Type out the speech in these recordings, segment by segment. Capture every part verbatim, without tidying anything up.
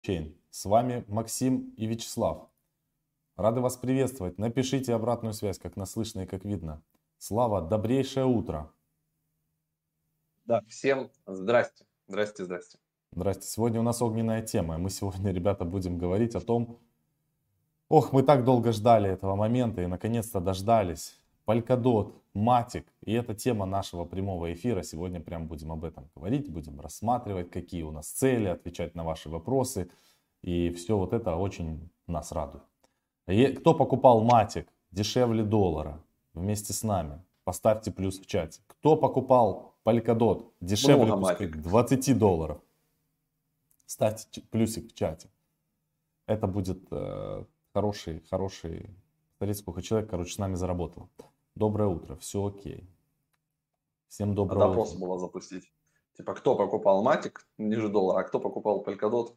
Чейн. С вами Максим и Вячеслав. Рады вас приветствовать. Напишите обратную связь, как нас слышно и как видно. Слава, добрейшее утро. Да, всем здрасте. Здрасте, здрасте. Здрасте. Сегодня у нас огненная тема. Мы сегодня, ребята, будем говорить о том... Ох, мы так долго ждали этого момента и наконец-то дождались. Polkadot, Matic. И это тема нашего прямого эфира. Сегодня прям будем об этом говорить, будем рассматривать, какие у нас цели, отвечать на ваши вопросы. И все вот это очень нас радует. И кто покупал Matic дешевле доллара вместе с нами? Поставьте плюс в чате. Кто покупал Polkadot дешевле пускай двадцати долларов? Ставьте плюсик в чате. Это будет э, хороший, хороший... Смотрите, сколько человек, короче, с нами заработал. Доброе утро, все окей. Всем доброго утра. Надо было запустить. Типа, кто покупал Matic ниже доллара, а кто покупал Polkadot?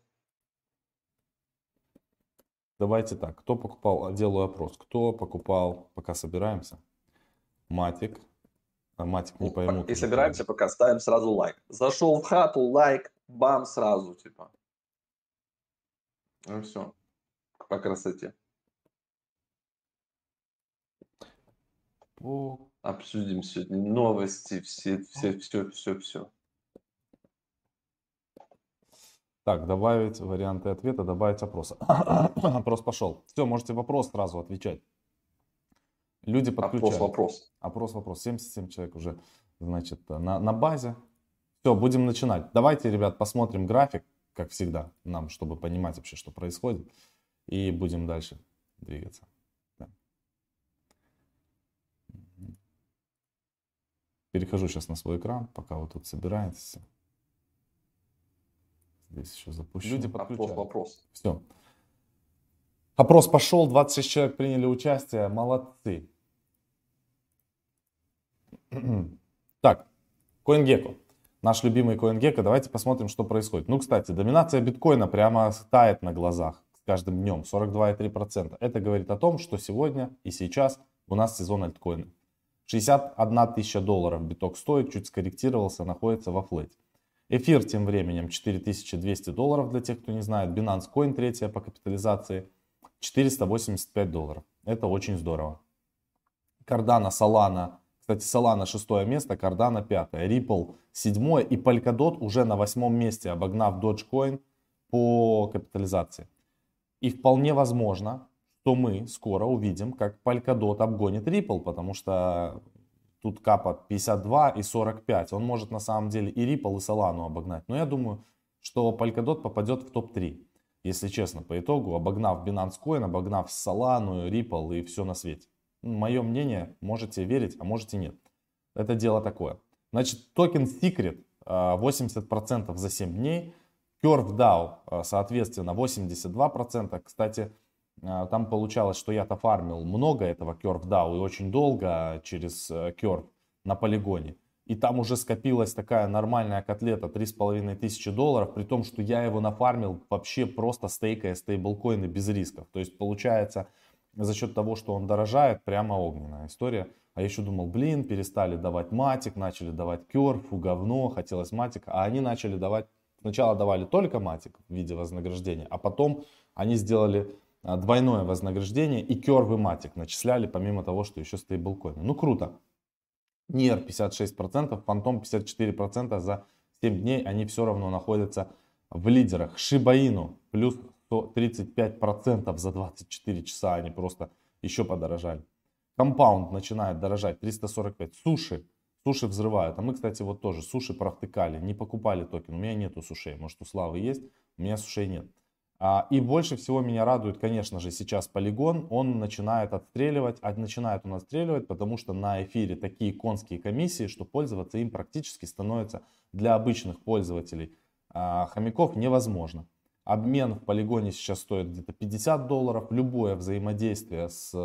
Давайте так, кто покупал, делаю опрос. Кто покупал, пока собираемся, Matic. А Matic не поймут. И собираемся пока, ставим сразу лайк. Зашел в хату, лайк, бам, сразу, типа. Ну все, по красоте. О. Обсудим сегодня новости, все, все, все, все, все. Так, добавить варианты ответа, добавить опрос. Опрос пошел. Все, можете вопрос сразу отвечать. Люди подключают. Опрос, вопрос. Опрос, вопрос. семьдесят семь человек уже, значит, на, на базе. Все, будем начинать. Давайте, ребят, посмотрим график, как всегда, нам, чтобы понимать вообще, что происходит. И будем дальше двигаться. Да. Перехожу сейчас на свой экран, пока вы тут собираетесь. Здесь еще запущу. Люди подключают. Опрос, вопрос. Все. Опрос пошел, двадцать шесть человек приняли участие. Молодцы. Так, CoinGecko. Наш любимый CoinGecko. Давайте посмотрим, что происходит. Ну, кстати, доминация биткоина прямо тает на глазах с каждым днем. сорок два и три десятых процента. Это говорит о том, что сегодня и сейчас у нас сезон альткоина. шестьдесят одна тысяча долларов биток стоит, чуть скорректировался, находится во флете. Эфир тем временем четыре тысячи двести долларов для тех, кто не знает. Binance Coin третья по капитализации четыреста восемьдесят пять долларов. Это очень здорово. Cardano, Solana. Кстати, Solana шестое место, Cardano пятое. Ripple седьмое. И Polkadot уже на восьмом месте, обогнав Dogecoin по капитализации. И вполне возможно, что мы скоро увидим, как Polkadot обгонит Ripple, потому что... Тут капа пятьдесят два и сорок пять. Он может на самом деле и Ripple, и Solana обогнать. Но я думаю, что Polkadot попадет в топ три. Если честно, по итогу, обогнав Binance Coin, обогнав Solana, Ripple и все на свете. Мое мнение, можете верить, а можете нет. Это дело такое. Значит, токен Secret восемьдесят процентов за семь дней. Curve дао, соответственно, восемьдесят два процента. Кстати, там получалось, что я-то фармил много этого Curve дао и очень долго через Curve на полигоне. И там уже скопилась такая нормальная котлета три с половиной тысячи долларов, при том, что я его нафармил вообще просто стейкая стейблкоины без рисков. То есть получается за счет того, что он дорожает, прямо огненная история. А я еще думал, блин, перестали давать Matic, начали давать Curve, фу, говно, хотелось Matic. А они начали давать, сначала давали только Matic в виде вознаграждения, а потом они сделали... двойное вознаграждение и Curve и Matic начисляли, помимо того, что еще стейблкоины. Ну круто. нир пятьдесят шесть процентов, Phantom пятьдесят четыре процента за семь дней. Они все равно находятся в лидерах. Shiba Inu плюс тридцать пять процентов за двадцать четыре часа. Они просто еще подорожали. Compound начинает дорожать триста сорок пять. Суши. Суши взрывают. А мы, кстати, вот тоже суши провтыкали. Не покупали токен. У меня нету сушей. Может, у Славы есть. У меня сушей нет. И больше всего меня радует, конечно же, сейчас Polygon. Он начинает отстреливать, а начинает он отстреливать, потому что на эфире такие конские комиссии, что пользоваться им практически становится для обычных пользователей а, хомяков невозможно. Обмен в Polygon сейчас стоит где-то пятьдесят долларов. Любое взаимодействие с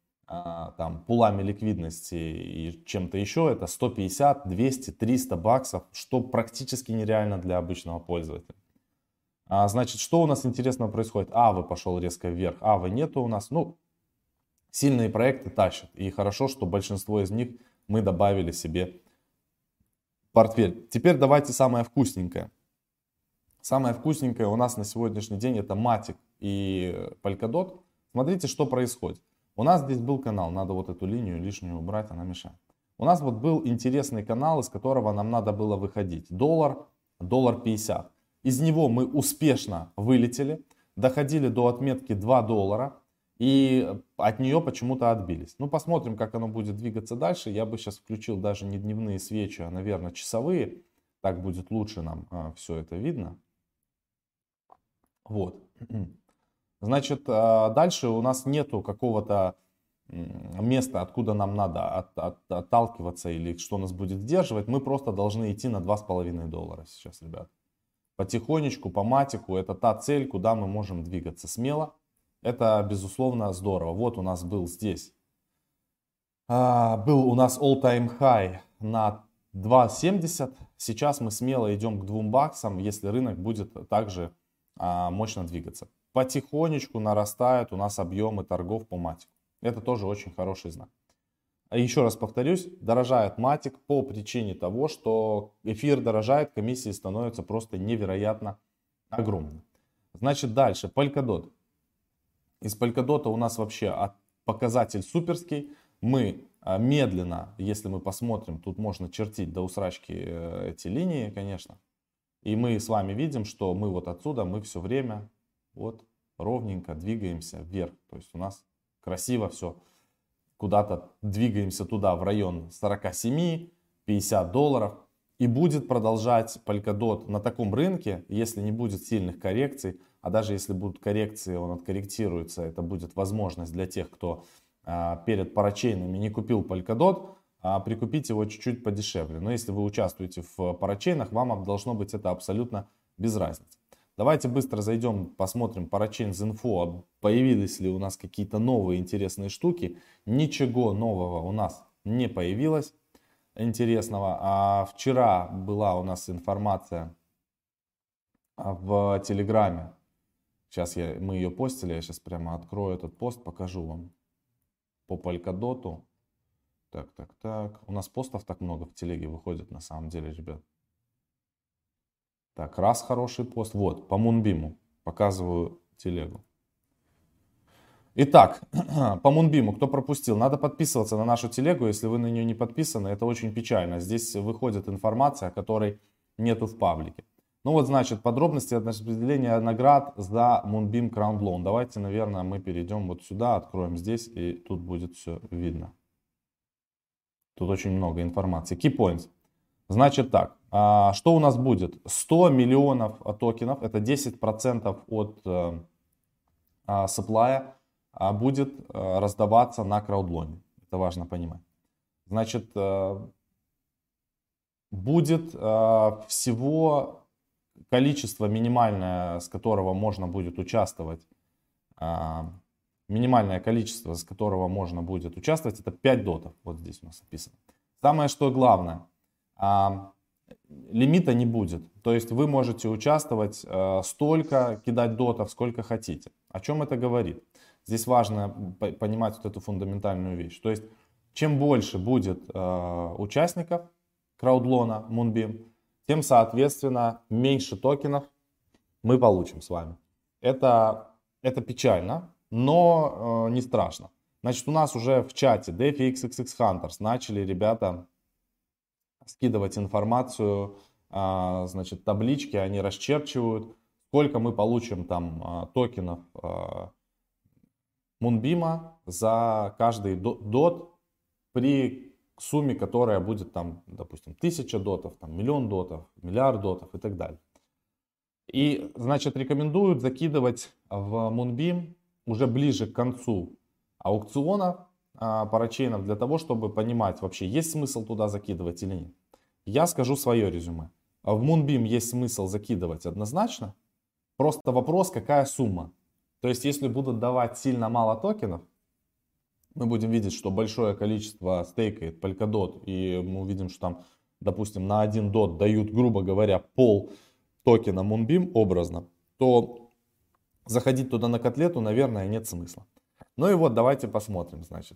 а, там, пулами ликвидности и чем-то еще, это сто пятьдесят, двести, триста баксов, что практически нереально для обычного пользователя. А, значит, что у нас интересного происходит? Авы пошел резко вверх, Авы нету у нас. Ну, сильные проекты тащат. И хорошо, что большинство из них мы добавили себе в портфель. Теперь давайте самое вкусненькое. Самое вкусненькое у нас на сегодняшний день это Matic и Polkadot. Смотрите, что происходит. У нас здесь был канал, надо вот эту линию лишнюю убрать, она мешает. У нас вот был интересный канал, из которого нам надо было выходить. Доллар, доллар пятьдесят. Из него мы успешно вылетели, доходили до отметки два доллара и от нее почему-то отбились. Ну, посмотрим, как оно будет двигаться дальше. Я бы сейчас включил даже не дневные свечи, а, наверное, часовые. Так будет лучше нам а, все это видно. Вот. Значит, дальше у нас нету какого-то места, откуда нам надо от, от, отталкиваться или что нас будет сдерживать. Мы просто должны идти на два с половиной доллара сейчас, ребят. Потихонечку, по матику, это та цель, куда мы можем двигаться смело. Это, безусловно, здорово. Вот у нас был здесь, а, был у нас all-time high на два семьдесят. Сейчас мы смело идем к двум баксам, если рынок будет также а, мощно двигаться. Потихонечку нарастают у нас объемы торгов по матику. Это тоже очень хороший знак. Еще раз повторюсь, дорожает матик по причине того, что эфир дорожает, комиссии становятся просто невероятно огромными. Значит, дальше, Polkadot. Из Polkadot у нас вообще показатель суперский. Мы медленно, если мы посмотрим, тут можно чертить до усрачки эти линии, конечно. И мы с вами видим, что мы вот отсюда, мы все время вот ровненько двигаемся вверх. То есть у нас красиво все. Куда-то двигаемся туда в район сорок семь — пятьдесят долларов. И будет продолжать Polkadot на таком рынке, если не будет сильных коррекций. А даже если будут коррекции, он откорректируется. Это будет возможность для тех, кто а, перед парачейнами не купил Polkadot, а, прикупить его чуть-чуть подешевле. Но если вы участвуете в парачейнах, вам должно быть это абсолютно без разницы. Давайте быстро зайдем, посмотрим Parachains.info, появились ли у нас какие-то новые интересные штуки. Ничего нового у нас не появилось интересного. А вчера была у нас информация в Телеграме. Сейчас я, мы ее постили, я сейчас прямо открою этот пост, покажу вам по Polkadot. Так, так, так. У нас постов так много в телеге выходит на самом деле, ребят. Так, раз хороший пост. Вот, по Moonbeam показываю телегу. Итак, по Moonbeam, кто пропустил, надо подписываться на нашу телегу. Если вы на нее не подписаны, это очень печально. Здесь выходит информация, которой нету в паблике. Ну вот, значит, подробности распределения наград за Moonbeam Crown Loan. Давайте, наверное, мы перейдем вот сюда, откроем здесь, и тут будет все видно. Тут очень много информации. Key points. Значит так, что у нас будет? сто миллионов токенов, это десять процентов от supply, будет раздаваться на краудлоне. Это важно понимать. Значит, будет всего количество минимальное, с которого можно будет участвовать, минимальное количество, с которого можно будет участвовать, это пять дотов. Вот здесь у нас написано. Самое что главное. А, лимита не будет. То есть вы можете участвовать а, столько, кидать дотов, сколько хотите. О чем это говорит? Здесь важно понимать вот эту фундаментальную вещь. То есть чем больше будет а, участников краудлона Moonbeam, тем, соответственно, меньше токенов мы получим с вами. Это, это печально, но а, не страшно. Значит, у нас уже в чате DeFi икс икс икс Hunters начали ребята скидывать информацию, значит, таблички, они расчерчивают, сколько мы получим там токенов Moonbeam за каждый дот при сумме, которая будет там, допустим, тысяча дотов, там, миллион дотов, миллиард дотов и так далее. И, значит, рекомендуют закидывать в Moonbeam уже ближе к концу аукциона парачейнов для того, чтобы понимать, вообще есть смысл туда закидывать или нет. Я скажу свое резюме. В Moonbeam есть смысл закидывать однозначно. Просто вопрос, какая сумма. То есть, если будут давать сильно мало токенов, мы будем видеть, что большое количество стейкает Polkadot, и мы увидим, что там, допустим, на один дот дают, грубо говоря, пол токена Moonbeam образно, то заходить туда на котлету, наверное, нет смысла. Ну и вот давайте посмотрим, значит,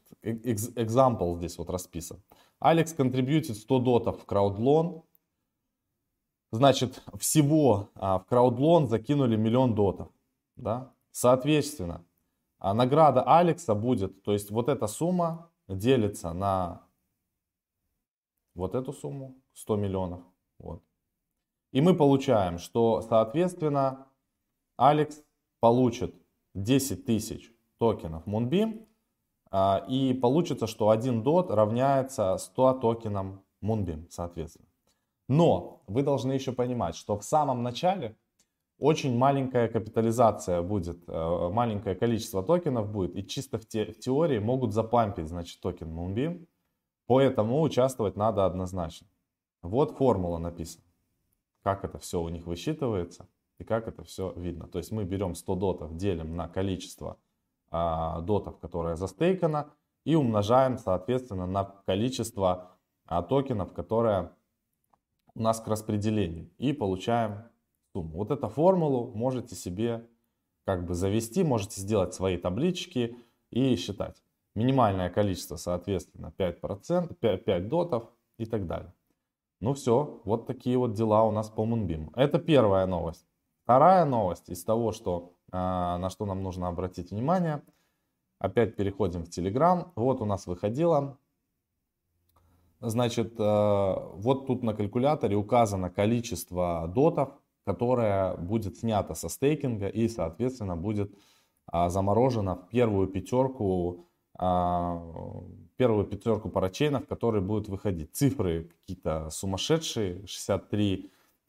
example здесь вот расписан. Алекс контрибьютит сто дотов в краудлон. Значит, всего а, в краудлон закинули миллион дотов. Да? Соответственно, а награда Алекса будет, то есть вот эта сумма делится на вот эту сумму, сто миллионов. Вот. И мы получаем, что, соответственно, Алекс получит десять тысяч токенов Moonbeam. а, И получится, что один дот равняется ста токенам Moonbeam, соответственно. Но вы должны еще понимать, что в самом начале очень маленькая капитализация будет, э, маленькое количество токенов будет, и чисто в, те, в теории могут запампить, значит, токен Moonbeam, поэтому участвовать надо однозначно. Вот формула написана, как это все у них высчитывается и как это все видно. То есть мы берем сто дотов, делим на количество а, дотов, которое застейкано, и умножаем, соответственно, на количество а, токенов, которое у нас к распределению, и получаем сумму. Вот эту формулу можете себе как бы завести, можете сделать свои таблички и считать. Минимальное количество, соответственно, пять процентов, пять, пять дотов и так далее. Ну все, вот такие вот дела у нас по Moonbeam. Это первая новость. Вторая новость из того, что, на что нам нужно обратить внимание. Опять переходим в Telegram. Вот у нас выходило. Значит, вот тут на калькуляторе указано количество дотов, которое будет снято со стейкинга и, соответственно, будет заморожено в первую пятерку, первую пятерку парачейнов, которые будут выходить. Цифры какие-то сумасшедшие, шестьдесят три,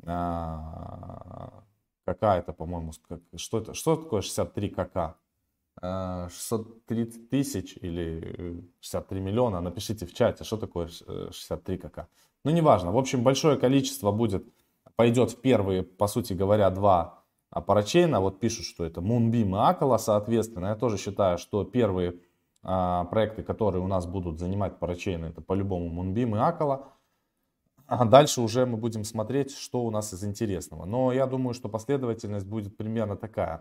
какая-то, по-моему, что это, что такое шестьдесят три КК? шестьсот тридцать тысяч или шестьдесят три миллиона, напишите в чате, что такое шестьдесят три КК. Ну, неважно. В общем, большое количество будет, пойдет в первые, по сути говоря, два парачейна. Вот пишут, что это Moonbeam и Акала, соответственно. Я тоже считаю, что первые а, проекты, которые у нас будут занимать парачейны, это по-любому Moonbeam и Акала. А дальше уже мы будем смотреть, что у нас из интересного. Но я думаю, что последовательность будет примерно такая.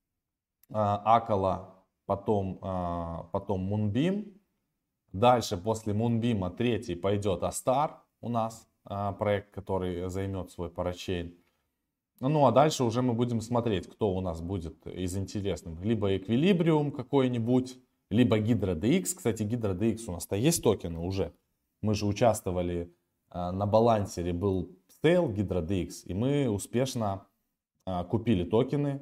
Акала, потом, потом Moonbeam. Дальше после Moonbeam третий пойдет Астар у нас, проект, который займет свой парачейн. Ну а дальше уже мы будем смотреть, кто у нас будет из интересных. Либо Equilibrium какой-нибудь, либо Hydra ди экс. Кстати, Hydra ди экс у нас-то есть токены уже. Мы же участвовали на балансере, был сейл Hydra ди экс, и мы успешно купили токены.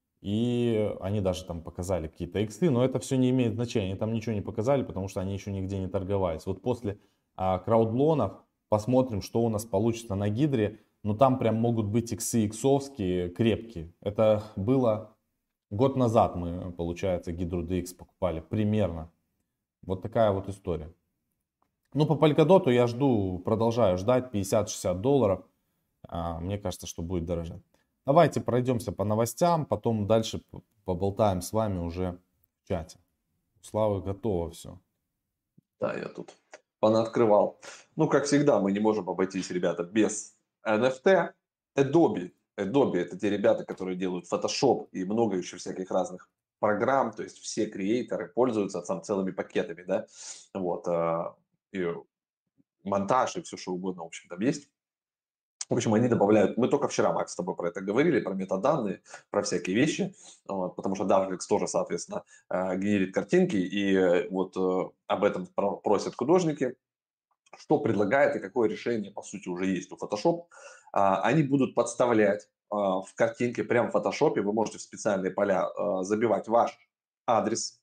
И они даже там показали какие-то иксы, но это все не имеет значения. Они там ничего не показали, потому что они еще нигде не торговались. Вот после а, краудлонов посмотрим, что у нас получится на Гидре. Но там прям могут быть иксы иксовские, крепкие. Это было год назад мы, получается, Гидру ди экс покупали. Примерно. Вот такая вот история. Ну, по Polkadot я жду, продолжаю ждать пятьдесят-шестьдесят долларов. А, мне кажется, что будет дорожать. Давайте пройдемся по новостям, потом дальше поболтаем с вами уже в чате. У Славы готово все. Да, я тут понаоткрывал. Ну, как всегда, мы не можем обойтись, ребята, без эн эф ти. Adobe. Adobe — это те ребята, которые делают Photoshop и много еще всяких разных программ. То есть все креаторы пользуются там целыми пакетами, да. Вот. И монтаж, и все что угодно, в общем, там есть. В общем, они добавляют, мы только вчера, Макс, с тобой про это говорили, про метаданные, про всякие вещи, вот, потому что Darflex тоже, соответственно, генерит картинки, и вот об этом просят художники. Что предлагает и какое решение, по сути, уже есть у Photoshop. Они будут подставлять в картинке, прямо в Photoshop, вы можете в специальные поля забивать ваш адрес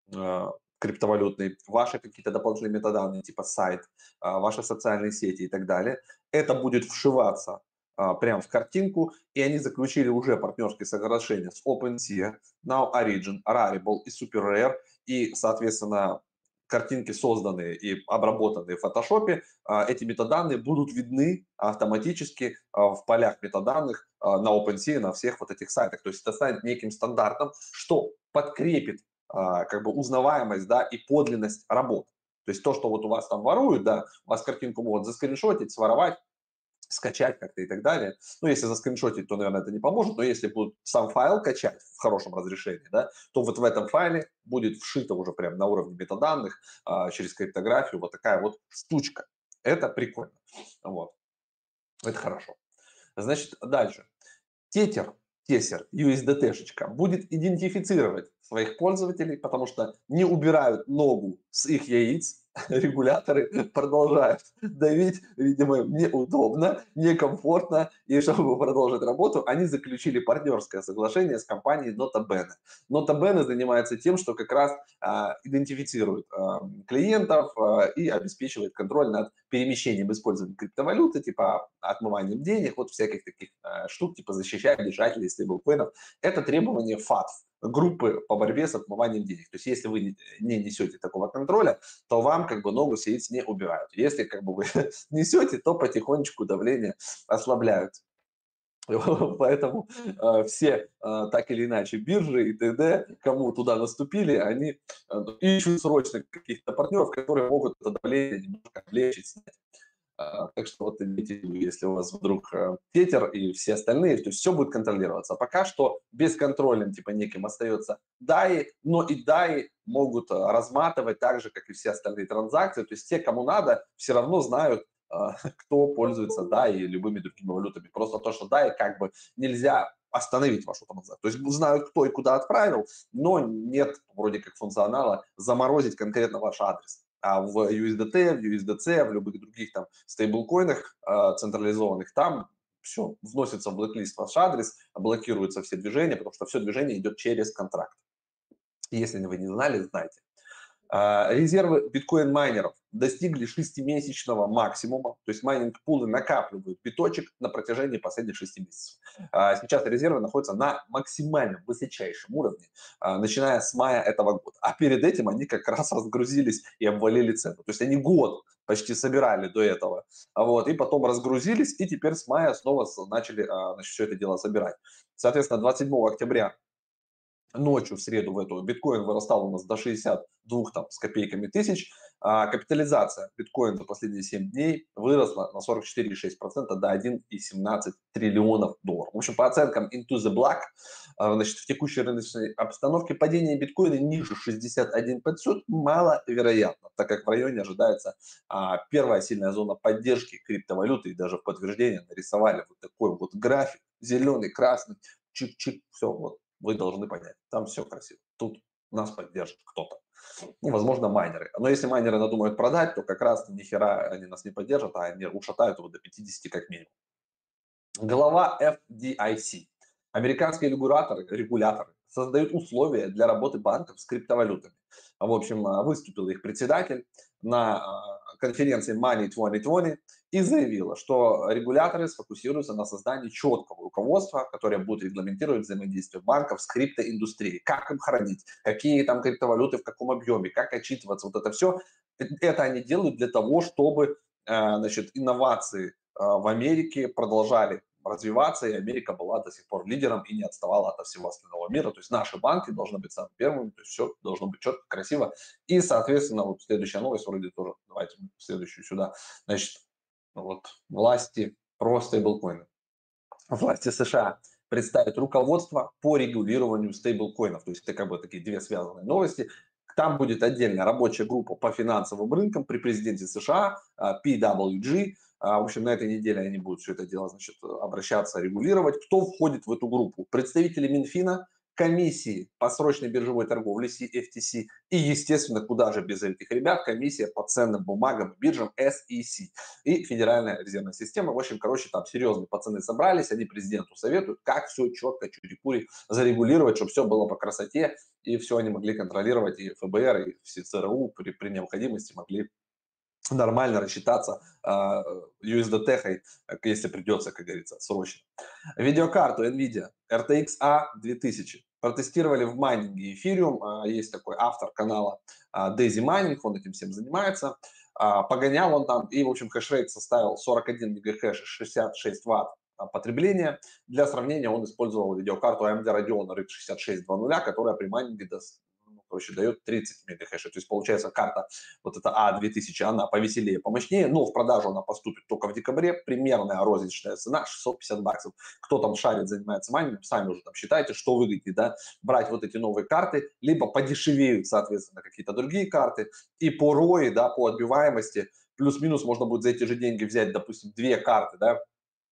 криптовалютный, ваши какие-то дополнительные метаданные, типа сайт, ваши социальные сети и так далее. Это будет вшиваться прямо в картинку, и они заключили уже партнерские соглашения с OpenSea, Now Origin, Rarible и SuperRare, и, соответственно, картинки, созданные и обработанные в Photoshop, эти метаданные будут видны автоматически в полях метаданных на OpenSea, на всех вот этих сайтах. То есть это станет неким стандартом, что подкрепит как бы узнаваемость, да, и подлинность работ. То есть то, что вот у вас там воруют, да, у вас картинку могут заскриншотить, своровать, скачать как-то и так далее. Ну, если заскриншотить, то, наверное, это не поможет, но если будут сам файл качать в хорошем разрешении, да, то вот в этом файле будет вшито уже прям на уровне метаданных а, через криптографию вот такая вот штучка. Это прикольно. Вот. Это хорошо. Значит, дальше. Тетер, тесер, ю эс ди ти-шечка будет идентифицировать своих пользователей, потому что не убирают ногу с их яиц, регуляторы продолжают давить, видимо, им неудобно, некомфортно, и чтобы продолжить работу, они заключили партнерское соглашение с компанией Nota Bene. Nota Bene занимается тем, что как раз а, идентифицирует а, клиентов а, и обеспечивает контроль над перемещением использования криптовалюты, типа отмыванием денег, вот всяких таких а, штук, типа защищать держателей стейблкоинов. Это требование ФАТФ, группы по борьбе с отмыванием денег. То есть, если вы не несете такого контроля, то вам как бы ногу с яиц не убирают. Если как бы вы несете, то потихонечку давление ослабляют. Поэтому э, все э, так или иначе биржи и т.д., кому туда наступили, они э, ищут срочно каких-то партнеров, которые могут это давление немножко облегчить, снять. А, так что вот имейте в виду, если у вас вдруг э, Тетер и все остальные, то есть все будет контролироваться. Пока что бесконтрольным типа неким остается дай, но и дай могут э, разматывать так же, как и все остальные транзакции. То есть те, кому надо, все равно знают, э, кто пользуется дай и любыми другими валютами. Просто то, что дай как бы нельзя остановить вашу транзакцию. То есть знают, кто и куда отправил, но нет вроде как функционала заморозить конкретно ваш адрес. А в ю эс ди ти, в ю эс ди си, в любых других там стейблкоинах э, централизованных, там все, вносится в блэк-лист ваш адрес, блокируются все движения, потому что все движение идет через контракт. Если вы не знали, знайте. Резервы биткоин-майнеров достигли шестимесячного максимума, то есть майнинг-пулы накапливают биточек на протяжении последних шести месяцев. Сейчас резервы находятся на максимальном высочайшем уровне, начиная с мая этого года. А перед этим они как раз разгрузились и обвалили цену. То есть они год почти собирали до этого, вот, и потом разгрузились, и теперь с мая снова начали значит, все это дело собирать. Соответственно, двадцать седьмого октября ночью в среду в эту биткоин вырастал у нас до шестидесяти двух там, с копейками тысяч. А капитализация биткоина за последние семь дней выросла на сорок четыре и шесть десятых процента до одного и семнадцать десятых триллионов долларов. В общем, по оценкам Into the Black, значит, в текущей рыночной обстановке падение биткоина ниже шестьдесят один тысяч пятьсот маловероятно, так как в районе ожидается а, первая сильная зона поддержки криптовалюты, и даже в подтверждение нарисовали вот такой вот график, зеленый, красный, чик-чик, все, вот. Вы должны понять, там все красиво. Тут нас поддержит кто-то. Ну, возможно, майнеры. Но если майнеры надумают продать, то как раз ни хера они нас не поддержат, а они ушатают его до пятидесяти как минимум. Глава эф ди ай си. Американские регуляторы, регуляторы создают условия для работы банков с криптовалютами. В общем, выступил их председатель на конференции Money двадцать двадцать и заявила, что регуляторы сфокусируются на создании четкого руководства, которое будет регламентировать взаимодействие банков с криптоиндустрией, как им хранить, какие там криптовалюты, в каком объеме, как отчитываться, вот это все. Это они делают для того, чтобы значит, инновации в Америке продолжали развиваться, и Америка была до сих пор лидером и не отставала от всего остального мира. То есть наши банки должны быть самыми первыми, то есть все должно быть четко, красиво. И, соответственно, вот следующая новость, вроде тоже, давайте следующую сюда. Значит, вот власти про стейблкоины. Власти США представят руководство по регулированию стейблкоинов. То есть это как бы такие две связанные новости. Там будет отдельная рабочая группа по финансовым рынкам при президенте США, пи дабл ю джи. В общем, на этой неделе они будут все это дело, значит, обращаться, регулировать. Кто входит в эту группу? Представители Минфина, комиссии по срочной биржевой торговле си эф ти си и, естественно, куда же без этих ребят, комиссия по ценным бумагам, биржам эс и си и Федеральная резервная система. В общем, короче, там серьезные пацаны собрались, они президенту советуют, как все четко, чури-пури зарегулировать, чтобы все было по красоте, и все они могли контролировать, и эф бэ эр, и все цэ эр у при, при необходимости могли нормально рассчитаться э, ю эс ди ти, если придется, как говорится, срочно. Видеокарту NVIDIA эр ти экс A две тысячи протестировали в майнинге Ethereum. Есть такой автор канала Daisy Mining, он этим всем занимается. Погонял он там, и, в общем, хэшрейт составил сорок один мегахэш и шестьдесят шесть ватт потребления. Для сравнения, он использовал видеокарту эй эм ди Radeon эр икс шестьдесят шесть двадцать, которая при майнинге даст, короче, дает тридцать мегахэшей. То есть, получается, карта вот эта А две тысячи, она повеселее, помощнее, но в продажу она поступит только в декабре. Примерная розничная цена шестьсот пятьдесят баксов. Кто там шарит, занимается майнингом, сами уже там считайте, что выгоднее, да, брать вот эти новые карты, либо подешевеют, соответственно, какие-то другие карты. И по рои, да, по отбиваемости, плюс-минус можно будет за эти же деньги взять, допустим, две карты, да,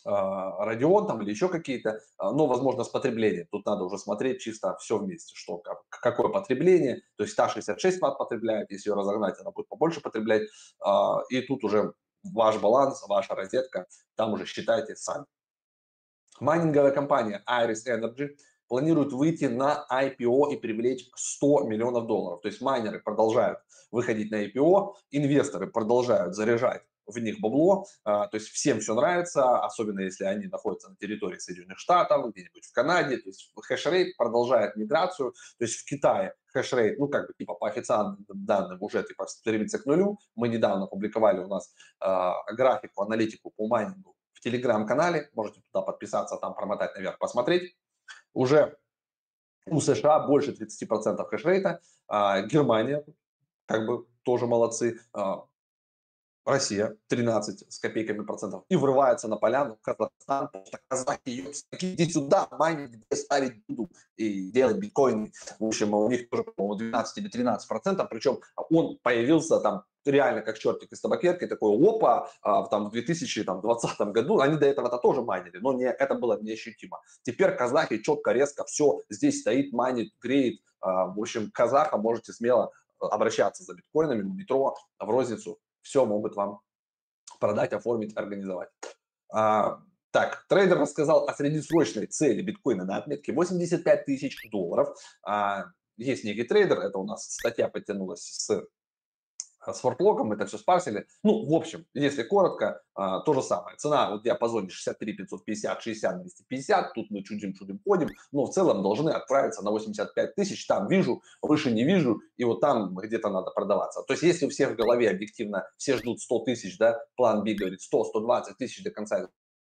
Radeon там или еще какие-то, но, возможно, с потреблением. Тут надо уже смотреть чисто все вместе, что как, какое потребление. То есть та шестьдесят шесть ватт потребляет, если ее разогнать, она будет побольше потреблять. И тут уже ваш баланс, ваша розетка, там уже считайте сами. Майнинговая компания Iris Energy планирует выйти на ай пи о и привлечь сто миллионов долларов. То есть майнеры продолжают выходить на ай пи о, инвесторы продолжают заряжать в них бабло, то есть всем все нравится, особенно если они находятся на территории Соединенных Штатов, где-нибудь в Канаде, то есть хешрейт продолжает миграцию, то есть в Китае хешрейт, ну как бы типа по официальным данным уже типа стремится к нулю. Мы недавно публиковали у нас э, графику, аналитику по майнингу в телеграм-канале, можете туда подписаться, там промотать наверх, посмотреть. Уже у США больше тридцать процентов хешрейта, а Германия как бы тоже молодцы, а Россия тринадцать с копейками процентов и врывается на поляну Казахстан, казахи, иди сюда, майнить, где ставить буду и делать биткоин. В общем, у них тоже, по-моему, двенадцать или тринадцать процентов, причем он появился там реально как чертик из табакерки, такой опа, а, там, в две тысячи двадцатом году, они до этого-то тоже майнили, но не, это было неощутимо. Теперь казахи четко, резко, все здесь стоит, майнит, греет. А, в общем, казахам можете смело обращаться за биткоинами в метро, в розницу. Все могут вам продать, оформить, организовать. А, так, трейдер рассказал о среднесрочной цели биткоина на отметке восемьдесят пять тысяч долларов. А, есть некий трейдер, это у нас статья подтянулась с, с фортлогом, это все спарсили. Ну, в общем, если коротко, а, то же самое. Цена в диапазоне шестьдесят три пятьсот пятьдесят, шестьдесят двести пятьдесят, тут мы чудим-чудим ходим, но в целом должны отправиться на восемьдесят пять тысяч, там вижу, выше не вижу, и вот там где-то надо продаваться. То есть если у всех в голове объективно все ждут сто тысяч, да, план Би говорит сто сто двадцать тысяч до конца.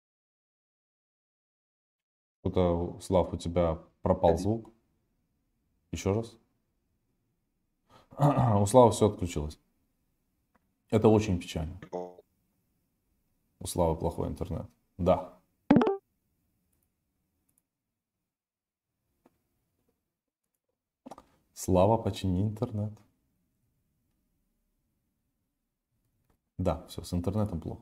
Что-то, Слав, у тебя пропал звук. Еще раз. У Славы все отключилось. Это очень печально. У Славы плохой интернет. Да. Слава, почини интернет. Да, все, с интернетом плохо.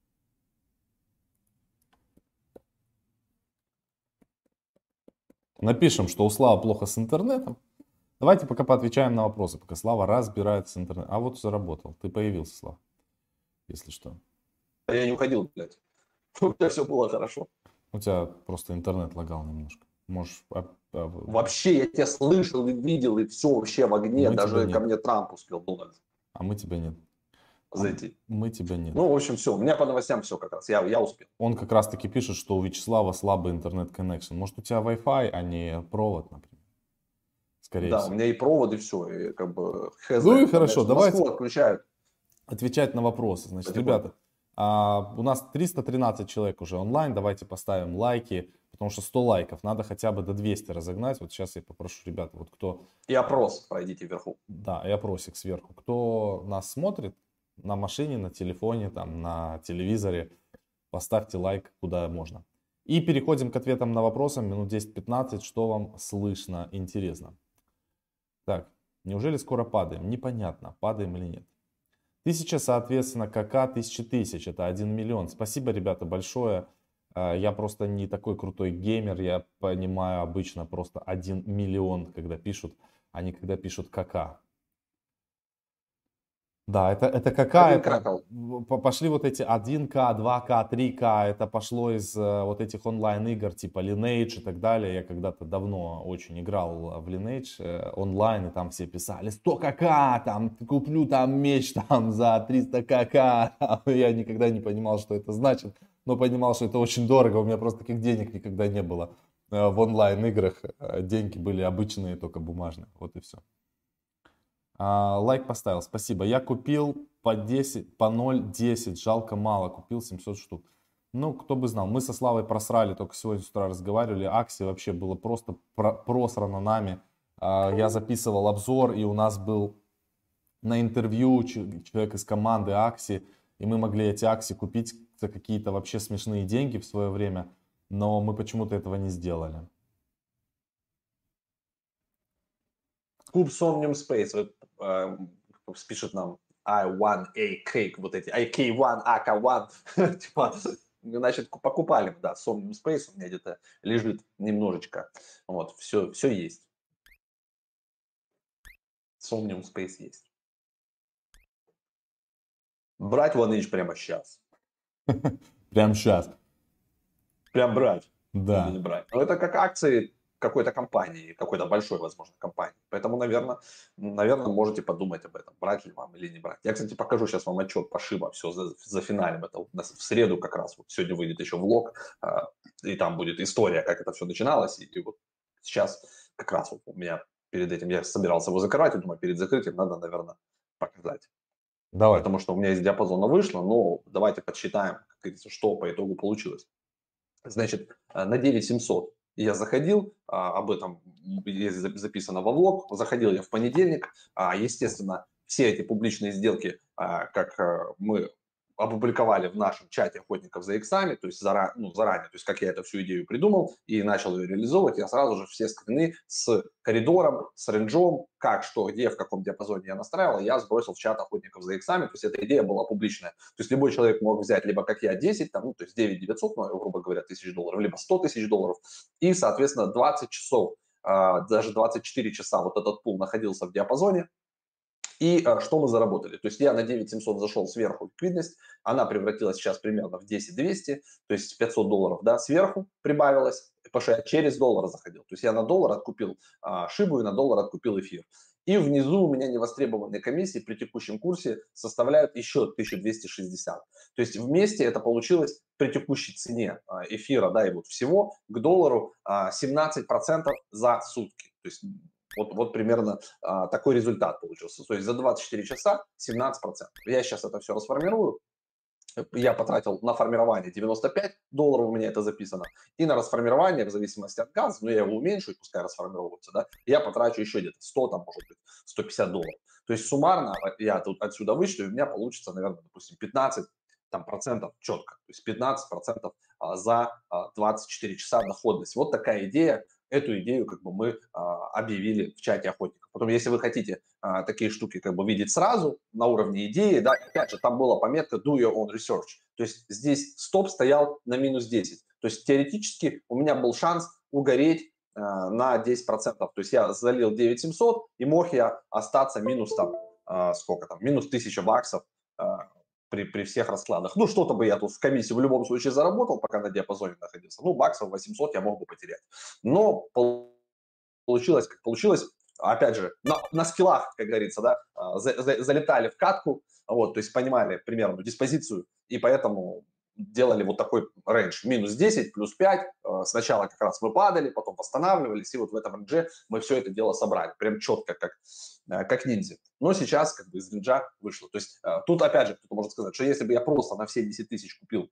Напишем, что у Славы плохо с интернетом. Давайте пока поотвечаем на вопросы, пока Слава разбирается с интернетом. А вот заработал. Ты появился, Слава. Если что. Я не уходил, блядь. У тебя все было хорошо. У тебя просто интернет лагал немножко. Можешь... Вообще, я тебя слышал и видел, и все вообще в огне. Мы даже ко мне Трамп успел, Дональд. А мы тебя нет. Зайти. А мы тебя нет. Ну, в общем, все. У меня по новостям все как раз. Я, я успел. Он как раз таки пишет, что у Вячеслава слабый интернет-коннекшн. Может, у тебя Wi-Fi, а не провод, например? Скорее да, всего. у меня и провод, и все. И как бы хз. Ну и хорошо, давайте отключают. Отвечать на вопросы. Значит, Потихоньку. Ребята, а, у нас триста тринадцать человек уже онлайн. Давайте поставим лайки, потому что сто лайков надо хотя бы до двухсот разогнать. Вот сейчас я попрошу ребята, вот кто... И опрос пройдите вверху. Да, и опросик сверху. Кто нас смотрит на машине, на телефоне, там, на телевизоре, поставьте лайк куда можно. И переходим к ответам на вопросы. Минут десять-пятнадцать. Что вам слышно, интересно? Так, неужели скоро падаем? Непонятно, падаем или нет. Тысяча, соответственно, КК, тысяча тысяч, это один миллион. Спасибо, ребята, большое. Я просто не такой крутой геймер, я понимаю обычно просто один миллион, когда пишут, а не когда пишут КК. Да, это, это какая это, пошли вот эти один ка, два ка, три ка, это пошло из вот этих онлайн игр типа Lineage и так далее. Я когда-то давно очень играл в Lineage онлайн, и там все писали сто ка, там куплю там меч там за триста ка. Я никогда не понимал, что это значит, но понимал, что это очень дорого. У меня просто таких денег никогда не было в онлайн играх. Деньги были обычные, только бумажные. Вот и все. А, лайк поставил, спасибо. Я купил по десять, по ноль десять, жалко мало, купил семьсот штук. Ну, кто бы знал, мы со Славой просрали, только сегодня с утра разговаривали, Акси вообще было просто про просрано нами. А, я записывал обзор, и у нас был на интервью человек из команды Акси, и мы могли эти Акси купить за какие-то вообще смешные деньги в свое время, но мы почему-то этого не сделали. Куб Somnium Space вот, э, пишет нам ай один эй cake, вот эти ай кей один, эй кей один, типа, значит, покупали, да, Somnium Space у меня где-то лежит немножечко. Вот, все, все есть. Somnium Space есть. Брать OneInch прямо сейчас. Прям сейчас. Прям брать. Или не Да. брать. Но это как акции какой-то компании, какой-то большой, возможно, компании. Поэтому, наверное, наверное, можете подумать об этом, брать ли вам или не брать. Я, кстати, покажу сейчас вам отчет по Шиба, все за, за финалем. Это вот в среду как раз, вот сегодня выйдет еще влог, а, и там будет история, как это все начиналось. И, и вот сейчас как раз вот у меня перед этим, я собирался его закрывать, и думаю, перед закрытием надо, наверное, показать. Давай. Потому что у меня из диапазона вышло, но давайте подсчитаем, как говорится, что по итогу получилось. Значит, на девять семьсот я заходил, а, об этом есть записано во влог, заходил я в понедельник, а, естественно, все эти публичные сделки, а, как а, мы опубликовали в нашем чате охотников за иксами, то есть зара, ну, заранее, то есть как я эту всю идею придумал и начал ее реализовывать, я сразу же все скрины с коридором, с рейнджом, как, что, где, в каком диапазоне я настраивал, я сбросил в чат охотников за иксами, то есть эта идея была публичная. То есть любой человек мог взять либо как я десять, там, ну, то есть девять девятьсот, ну, грубо говоря, тысяч долларов, либо сто тысяч долларов, и, соответственно, двадцать часов, даже двадцать четыре часа вот этот пул находился в диапазоне. И а, что мы заработали? То есть я на девять семьсот зашел сверху ликвидность, она превратилась сейчас примерно в десять двести, то есть пятьсот долларов, да, сверху прибавилось, потому что я через доллар заходил. То есть я на доллар откупил а, Шибу и на доллар откупил эфир. И внизу у меня невостребованные комиссии при текущем курсе составляют еще тысячу двести шестьдесят. То есть вместе это получилось при текущей цене а, эфира, да, и вот всего к доллару а, семнадцать процентов за сутки. То есть вот, вот примерно а, такой результат получился. То есть за двадцать четыре часа семнадцать процентов. Я сейчас это все расформирую. Я потратил на формирование девяносто пять долларов, у меня это записано, и на расформирование, в зависимости от газа, ну, я его уменьшу, и пускай расформируется, да, я потрачу еще где-то сто, там, может быть, сто пятьдесят долларов. То есть суммарно я тут отсюда вычту, и у меня получится, наверное, допустим, пятнадцать там, процентов четко, то есть пятнадцать процентов а, за а, двадцать четыре часа доходность. Вот такая идея. Эту идею как бы мы а, объявили в чате охотников. Потом, если вы хотите а, такие штуки как бы видеть сразу на уровне идеи, да, опять же, там была пометка do your own research. То есть здесь стоп стоял на минус десять. То есть теоретически у меня был шанс угореть а, на десять процентов. То есть я залил девять семьсот и мог я остаться минус там, а, сколько там, минус тысяча баксов а, при, при всех раскладах. Ну, что-то бы я тут в комиссии в любом случае заработал, пока на диапазоне находился. Ну, баксов восемьсот я мог бы потерять. Но получилось, как получилось. Опять же, на, на скиллах, как говорится, да, за, за, залетали в катку, вот, то есть понимали примерно диспозицию, и поэтому делали вот такой рейндж. Минус десять, плюс пять. Сначала как раз мы падали, потом восстанавливались, и вот в этом рейндже мы все это дело собрали. Прям четко, как, как ниндзя. Но сейчас как бы из рейнджа вышло. То есть тут опять же кто-то может сказать, что если бы я просто на семьдесят тысяч купил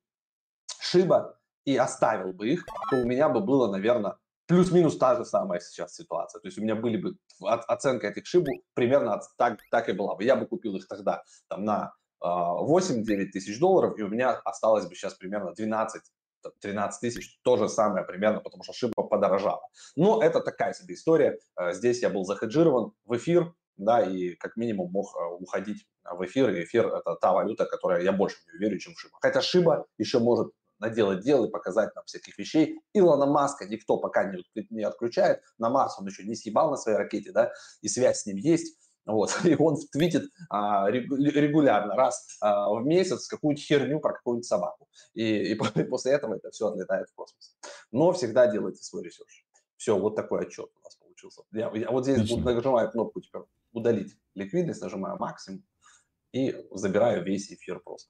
Шиба и оставил бы их, то у меня бы было, наверное, плюс-минус та же самая сейчас ситуация. То есть у меня были бы оценка этих Шибу примерно так, так и была бы. Я бы купил их тогда там, на восемь-девять тысяч долларов, и у меня осталось бы сейчас примерно двенадцать-тринадцать тысяч, то же самое примерно, потому что Шиба подорожала. Но это такая себе история. Здесь я был захеджирован в эфир, да, и как минимум мог уходить в эфир, и эфир – это та валюта, которой я больше не уверен, чем Шиба. Хотя Шиба еще может наделать дел и показать нам всяких вещей. Илона Маска никто пока не, не отключает, на Марс он еще не съебал на своей ракете, да, и связь с ним есть. Вот, и он твитит а, регулярно, раз а, в месяц какую-то херню про какую-нибудь собаку. И, и после этого это все отлетает в космос. Но всегда делайте свой ресерч. Все, вот такой отчет у нас получился. Я, я вот здесь буду, нажимаю кнопку теперь удалить ликвидность, нажимаю максимум и забираю весь эфир просто.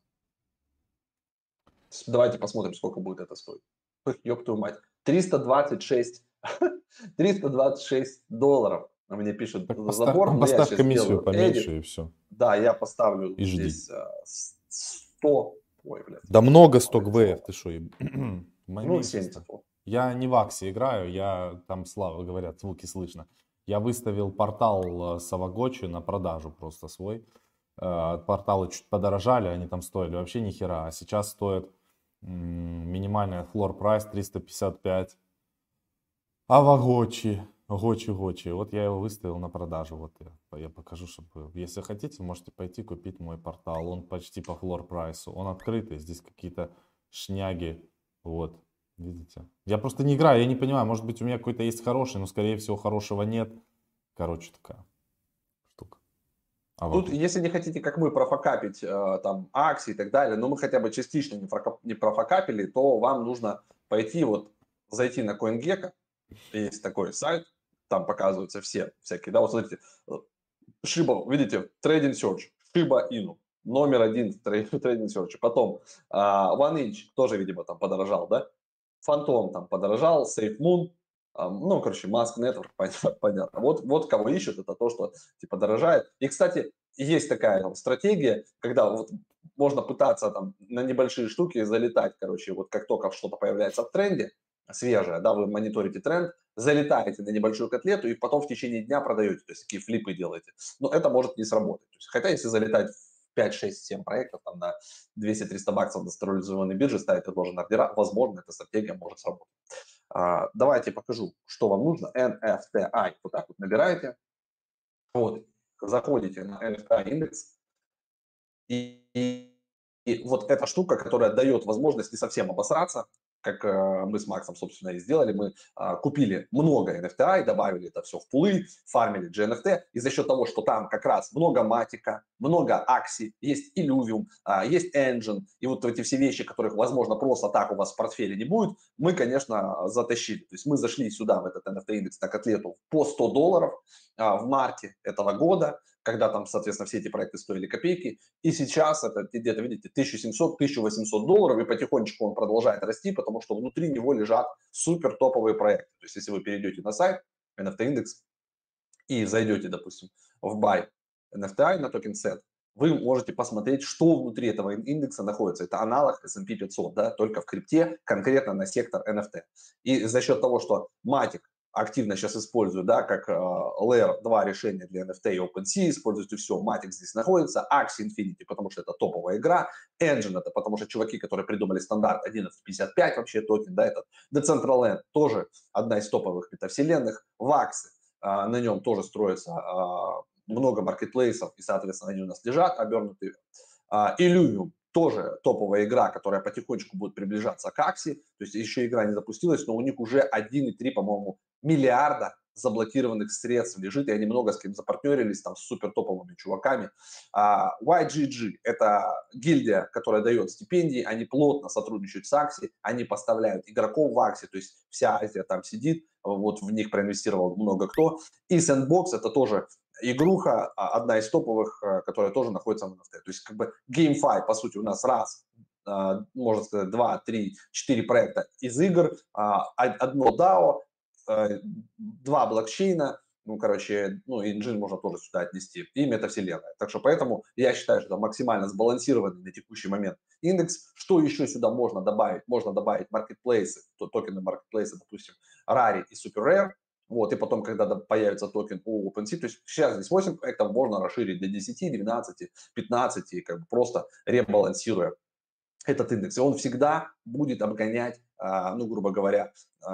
Давайте посмотрим, сколько будет это стоить. Ёб твою мать. триста двадцать шесть, триста двадцать шесть долларов. Мне пишут так забор. Поставь, поставь я комиссию поменьше edit. И все. Да, я поставлю и здесь сто. Ой, блядь. Да много сто гвеев, ты что? Ну, семьдесят. Я не в Аксе играю, я там, слава говорят, звуки слышно. Я выставил портал Савагочи на продажу просто свой. Порталы чуть подорожали, они там стоили вообще ни хера. А сейчас стоит минимальная floor price триста пятьдесят пять. А Вагочи, Гочи, Гочи. Вот я его выставил на продажу. Вот я, я покажу, чтобы... Если хотите, можете пойти купить мой портал. Он почти по floor price. Он открытый. Здесь какие-то шняги. Вот, видите. Я просто не играю, я не понимаю, может быть у меня какой-то есть хороший, но скорее всего хорошего нет. Короче, такая штука. А Тут, вот. если не хотите, как мы, профокапить э, там акции и так далее, но мы хотя бы частично не, прока- не профокапили, то вам нужно пойти вот, зайти на CoinGecko, есть такой сайт, там показываются все всякие, да, вот смотрите, э, Shiba, видите, Trading Search, Shiba Inu, номер один в трей- в Trading Search, потом а, OneInch тоже, видимо, там подорожал, да, Phantom там подорожал, SafeMoon, а, ну, короче, Mask Network, понятно, понятно. Вот, вот кого ищут, это то, что типа дорожает. И, кстати, есть такая там стратегия, когда вот можно пытаться там на небольшие штуки залетать, короче, вот как только что-то появляется в тренде, свежее, да, вы мониторите тренд, залетаете на небольшую котлету и потом в течение дня продаете, то есть такие флипы делаете. Но это может не сработать. То есть, хотя если залетать в пять, шесть, семь проектов там на двести-триста баксов на централизованной бирже, ставить тоже на ордера, возможно, эта стратегия может сработать. А, давайте покажу, что вам нужно. эн эф ти ай вот так вот набираете. Вот, заходите на эн эф ти ай индекс. И, и, и вот эта штука, которая дает возможность не совсем обосраться, как э, мы с Максом, собственно, и сделали. Мы э, купили много эн эф ти ай, добавили это все в пулы, фармили джи эн эф ти, и за счет того, что там как раз много матика, много акси, есть Illuvium, э, есть Engine, и вот эти все вещи, которых, возможно, просто так у вас в портфеле не будет, мы, конечно, затащили. То есть мы зашли сюда, в этот эн эф ти индекс на котлету по сто долларов э, в марте этого года, когда там, соответственно, все эти проекты стоили копейки. И сейчас это где-то, видите, тысяча семьсот - тысяча восемьсот долларов, и потихонечку он продолжает расти, потому что внутри него лежат супер топовые проекты. То есть, если вы перейдете на сайт эн эф ти Index и зайдете, допустим, в Buy эн эф ти ай на токен сет, вы можете посмотреть, что внутри этого индекса находится. Это аналог эс энд пи пятьсот, да, только в крипте, конкретно на сектор эн эф ти. И за счет того, что Matic активно сейчас использую, да, как э, Layer два решение для эн эф ти и OpenSea, используйте все, Matic здесь находится, Axie Infinity, потому что это топовая игра, Engine это потому что чуваки, которые придумали стандарт одиннадцать пятьдесят пять вообще токен, да, этот Decentraland тоже одна из топовых метавселенных, Vax, э, на нем тоже строится э, много маркетплейсов, и, соответственно, они у нас лежат обернутые. Uh, Illuvium тоже топовая игра, которая потихонечку будет приближаться к Axie, то есть еще игра не запустилась, но у них уже один и три, по-моему, миллиарда заблокированных средств лежит, и они много с кем запартнерились, там, с супер топовыми чуваками. Uh, уай джи джи – это гильдия, которая дает стипендии, они плотно сотрудничают с Axie, они поставляют игроков в Axie, то есть вся Азия там сидит, вот в них проинвестировал много кто. И Sandbox – это тоже игруха, одна из топовых, которая тоже находится в эн эф ти. То есть как бы GameFi, по сути, у нас раз, можно сказать, два, три, четыре проекта из игр, одно дао, два блокчейна, ну, короче, ну, engine можно тоже сюда отнести, и метавселенная. Так что поэтому я считаю, что это максимально сбалансированный на текущий момент индекс. Что еще сюда можно добавить? Можно добавить маркетплейсы, то токены маркетплейса, допустим, Rari и SuperRare. Вот, и потом, когда появится токен у OpenSea, то есть сейчас здесь восемь проектов, можно расширить до десяти, двенадцати, пятнадцати, как бы просто ребалансируя этот индекс. И он всегда будет обгонять, ну, грубо говоря,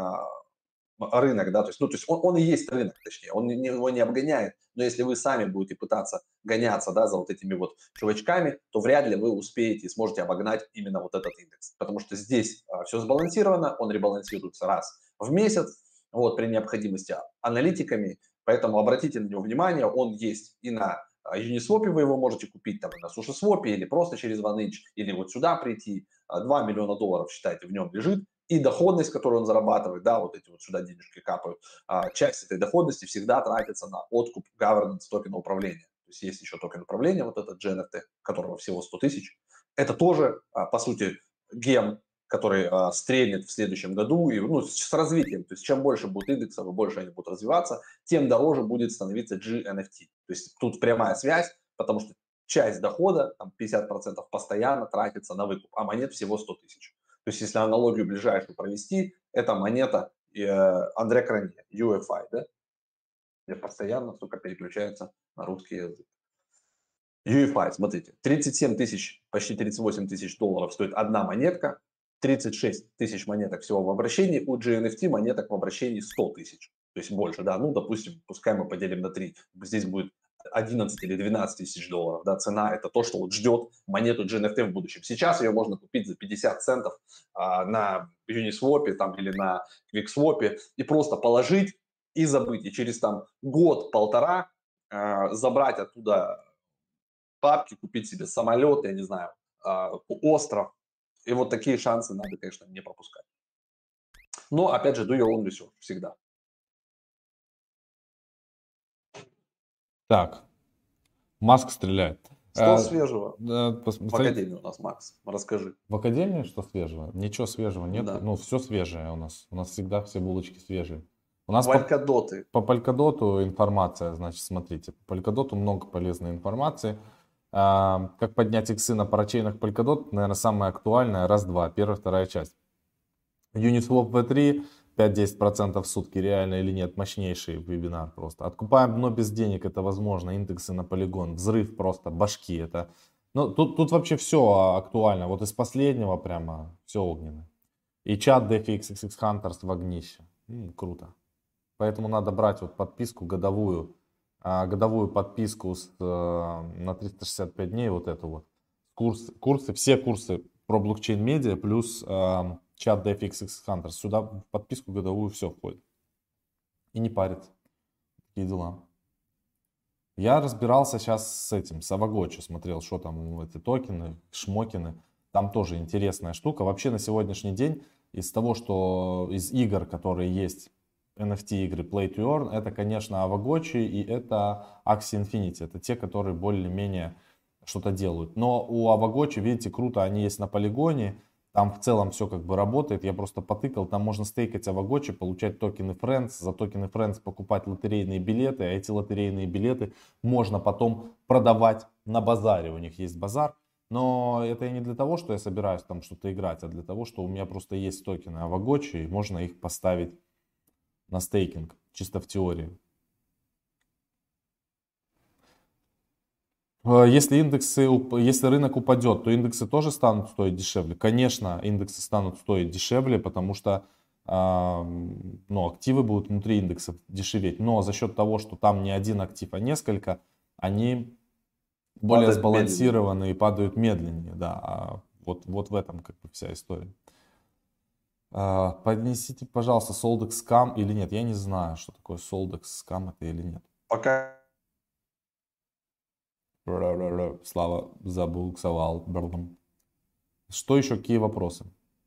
рынок, да, то есть, ну, то есть он, он и есть рынок, точнее, он не, его не обгоняет, но если вы сами будете пытаться гоняться, да, за вот этими вот чувачками, то вряд ли вы успеете и сможете обогнать именно вот этот индекс, потому что здесь а, все сбалансировано, он ребалансируется раз в месяц, вот, при необходимости аналитиками, поэтому обратите на него внимание, он есть и на Uniswap вы его можете купить, там, и на SushiSwap, или просто через OneInch, или вот сюда прийти, два миллиона долларов, считайте, в нем лежит, и доходность, которую он зарабатывает, да, вот эти вот сюда денежки капают, а, часть этой доходности всегда тратится на откуп governance токена управления. То есть есть еще токен управления, вот этот джи эн эф ти, которого всего сто тысяч. Это тоже, а, по сути, гем, который а, стрельнет в следующем году, и, ну, с, с развитием. То есть чем больше будет индексов и больше они будут развиваться, тем дороже будет становиться джи эн эф ти. То есть тут прямая связь, потому что часть дохода, там пятьдесят процентов постоянно тратится на выкуп, а монет всего сто тысяч. То есть, если аналогию ближайшую провести, это монета э, Андре Кранье, ю эф ай, да? Где постоянно, сука, переключается на русский язык. ю эф ай, смотрите, тридцать семь тысяч, почти тридцать восемь тысяч долларов стоит одна монетка, тридцать шесть тысяч монеток всего в обращении, у джи эн эф ти монеток в обращении сто тысяч, то есть больше, да, ну, допустим, пускай мы поделим на три, здесь будет одиннадцать или двенадцать тысяч долларов. Да, цена это то, что вот ждет монету джи эн эф ти в будущем. Сейчас ее можно купить за пятьдесят центов а, на Uniswap там, или на QuickSwap и просто положить и забыть. И через там год-полтора а, забрать оттуда папки, купить себе самолет, я не знаю, а, остров. И вот такие шансы надо, конечно, не пропускать. Но, опять же, do your own research всегда. Так, Маск стреляет. Что А, свежего да, в посмотрите, академии у нас, Макс? Расскажи. в академии что свежего? Ничего свежего нет. Да. Ну, все свежее у нас. У нас всегда все булочки свежие. У нас по, Валькадоты. по Polkadot информация, значит, смотрите. По Polkadot много полезной информации. А, как поднять иксы на парачейнах Polkadot, наверное, самое актуальное. Раз-два. Первая, вторая часть. Uniswap ви три пять-десять процентов в сутки, реально или нет, мощнейший вебинар просто. Откупаем дно без денег, это возможно, индексы на полигон, взрыв просто, башки, это... Ну, тут, тут вообще все актуально, вот из последнего прямо все огненно. И чат DeFi икс икс икс Hunters в огнище, М, круто. Поэтому надо брать вот подписку годовую, а, годовую подписку с, э, на триста шестьдесят пять дней, вот эту вот. Курс, курсы, все курсы про блокчейн-медиа плюс э, чат DeFi икс икс Hunters. Сюда в подписку годовую все входит. И не парится. Такие дела. Я разбирался сейчас с этим, с Авагочи, смотрел, что там эти токены, шмокины. Там тоже интересная штука. Вообще на сегодняшний день из того, что из игр, которые есть, эн эф ти игры Play to Earn, это, конечно, Авагочи и это Axie Infinity. Это те, которые более-менее что-то делают. Но у Авагочи, видите, круто, они есть на полигоне. Там в целом все как бы работает. Я просто потыкал. Там можно стейкать Авагочи, получать токены Friends. За токены Friends покупать лотерейные билеты. А эти лотерейные билеты можно потом продавать на базаре. У них есть базар. Но это и не для того, что я собираюсь там что-то играть, а для того, что у меня просто есть токены Авагочи. И можно их поставить на стейкинг. Чисто в теории. Если индексы, если рынок упадет, то индексы тоже станут стоить дешевле. Конечно, индексы станут стоить дешевле, потому что ну, активы будут внутри индексов дешеветь. Но за счет того, что там не один актив, а несколько, они более Падает сбалансированы медленнее. и падают медленнее. Да, а вот, вот в этом как бы вся история. А, Поднесите, пожалуйста, Soldex Scam или нет. Я не знаю, что такое Soldex Scam это или нет. Пока Слава забуксовал. Что еще, какие вопросы?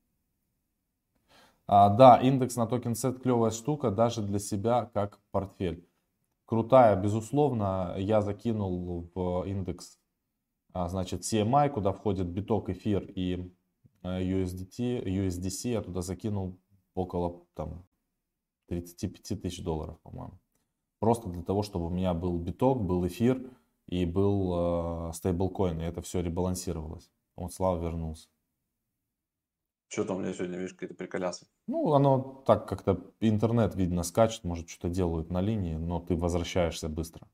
А, да, индекс на токен сет клевая штука, даже для себя как портфель. Крутая, безусловно. Я закинул в индекс, а, значит, си эм ай, куда входит биток, эфир и ю эс ди ти, ю эс ди си. Я туда закинул около там тридцать пять тысяч долларов, по-моему. Просто для того, чтобы у меня был биток, был эфир и был э, стейблкоин, и это все ребалансировалось. Вот Слава вернулся. что-то у меня сегодня, видишь, какие-то приколясы. Ну, оно так как-то, интернет, видно, скачет, может, что-то делают на линии, но ты возвращаешься быстро.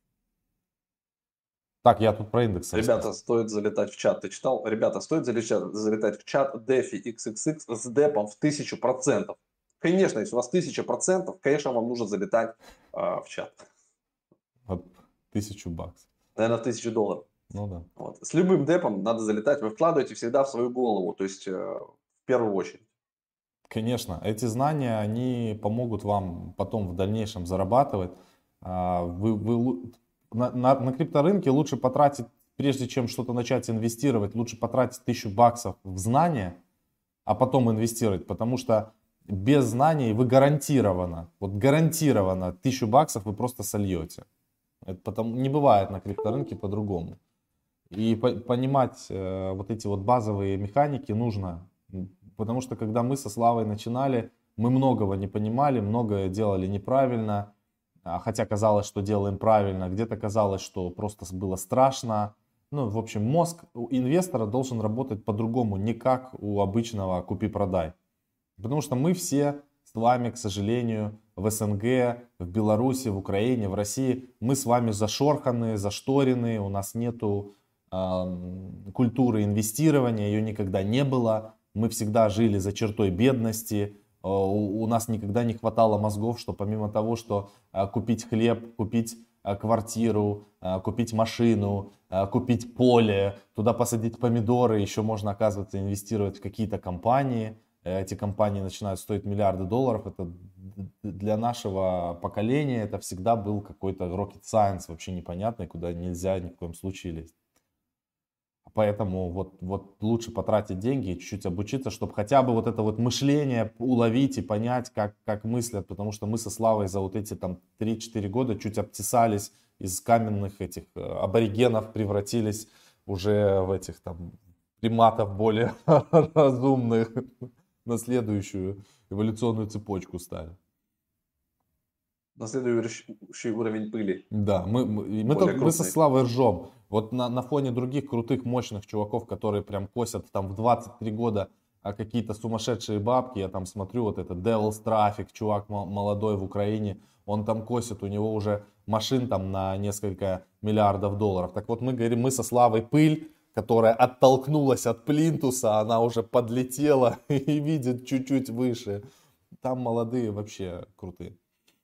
Так, я тут про индекс Ребята, рассказывал. стоит залетать в чат. Ты читал? Ребята, стоит залетать, залетать в чат DeFi икс икс икс с депом в тысячу процентов. Конечно, если у вас тысяча процентов, конечно, вам нужно залетать а, в чат. Вот тысячу баксов. Наверное, в тысячу долларов. Ну да. Вот. С любым депом надо залетать. Вы вкладываете всегда в свою голову, то есть э, в первую очередь. Конечно, эти знания, они помогут вам потом в дальнейшем зарабатывать. А, Вы, вы лу- на, на, на крипторынке лучше потратить, прежде чем что-то начать инвестировать, лучше потратить тысячу баксов в знания, а потом инвестировать, потому что без знаний вы гарантированно, вот гарантированно тысячу баксов вы просто сольете. Это потому, не бывает на крипторынке по-другому. И по- понимать э, вот эти вот базовые механики нужно, м, потому что когда мы со Славой начинали, мы многого не понимали, многое делали неправильно, а, хотя казалось, что делаем правильно, где-то казалось, что просто было страшно. Ну, в общем, мозг у инвестора должен работать по-другому, не как у обычного купи-продай. Потому что мы все с вами, к сожалению, в эс эн гэ, в Беларуси, в Украине, в России, мы с вами зашорханы, зашторены, у нас нету эм, культуры инвестирования, ее никогда не было. Мы всегда жили за чертой бедности, у, у нас никогда не хватало мозгов, что помимо того, что э, купить хлеб, купить э, квартиру, э, купить машину, э, купить поле, туда посадить помидоры, еще можно, оказывается, инвестировать в какие-то компании. Эти компании начинают стоить миллиарды долларов. Это для нашего поколения это всегда был какой-то rocket science, вообще непонятный, куда нельзя ни в коем случае лезть. Поэтому вот, вот лучше потратить деньги и чуть-чуть обучиться, чтобы хотя бы вот это вот мышление уловить и понять, как, как мыслят. Потому что мы со Славой за вот эти там три-четыре года чуть обтесались из каменных этих аборигенов, превратились уже в этих там приматов более разумных, на следующую эволюционную цепочку стали. На следующий уровень пыли. Да, мы, мы, мы, только, мы со Славой ржем. Вот на, на фоне других крутых, мощных чуваков, которые прям косят там в двадцать три года а какие-то сумасшедшие бабки. Я там смотрю, вот этот Devil's Traffic, чувак молодой в Украине, он там косит, у него уже машин там на несколько миллиардов долларов. Так вот мы говорим, мы со Славой пыль, которая оттолкнулась от плинтуса, она уже подлетела и видит чуть-чуть выше. Там молодые вообще крутые.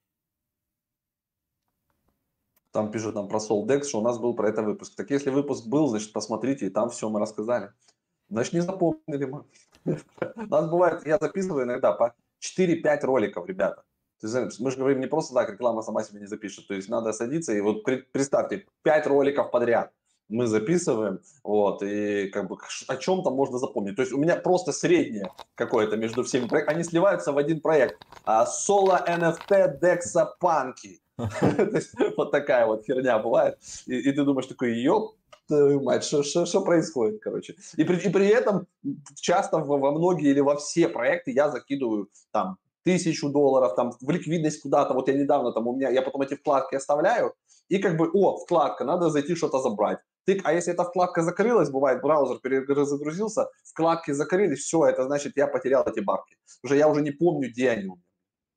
Там пишут нам про Soldex, что у нас был про это выпуск. Так если выпуск был, значит посмотрите, и там все мы рассказали. Значит не запомнили мы. У нас бывает, я записываю иногда по четыре-пять роликов, ребята. Мы же говорим, не просто так, реклама сама себе не запишет. То есть надо садиться и вот представьте, пять роликов подряд мы записываем, вот, и как бы о чем-то можно запомнить. То есть у меня просто среднее какое-то между всеми проектами, они сливаются в один проект. Соло эн эф ти Dexa Punky. Вот такая вот херня бывает. И ты думаешь такой, ёп, мать, что происходит, короче. И при, и при этом часто во, во многие или во все проекты я закидываю там тысячу долларов, там в ликвидность куда-то. Вот я недавно там у меня, я потом эти вкладки оставляю. И как бы, о, вкладка, надо зайти что-то забрать. Тык, а если эта вкладка закрылась, бывает, браузер перезагрузился, вкладки закрылись, все, это значит, я потерял эти бабки. Уже я уже не помню, где они у меня.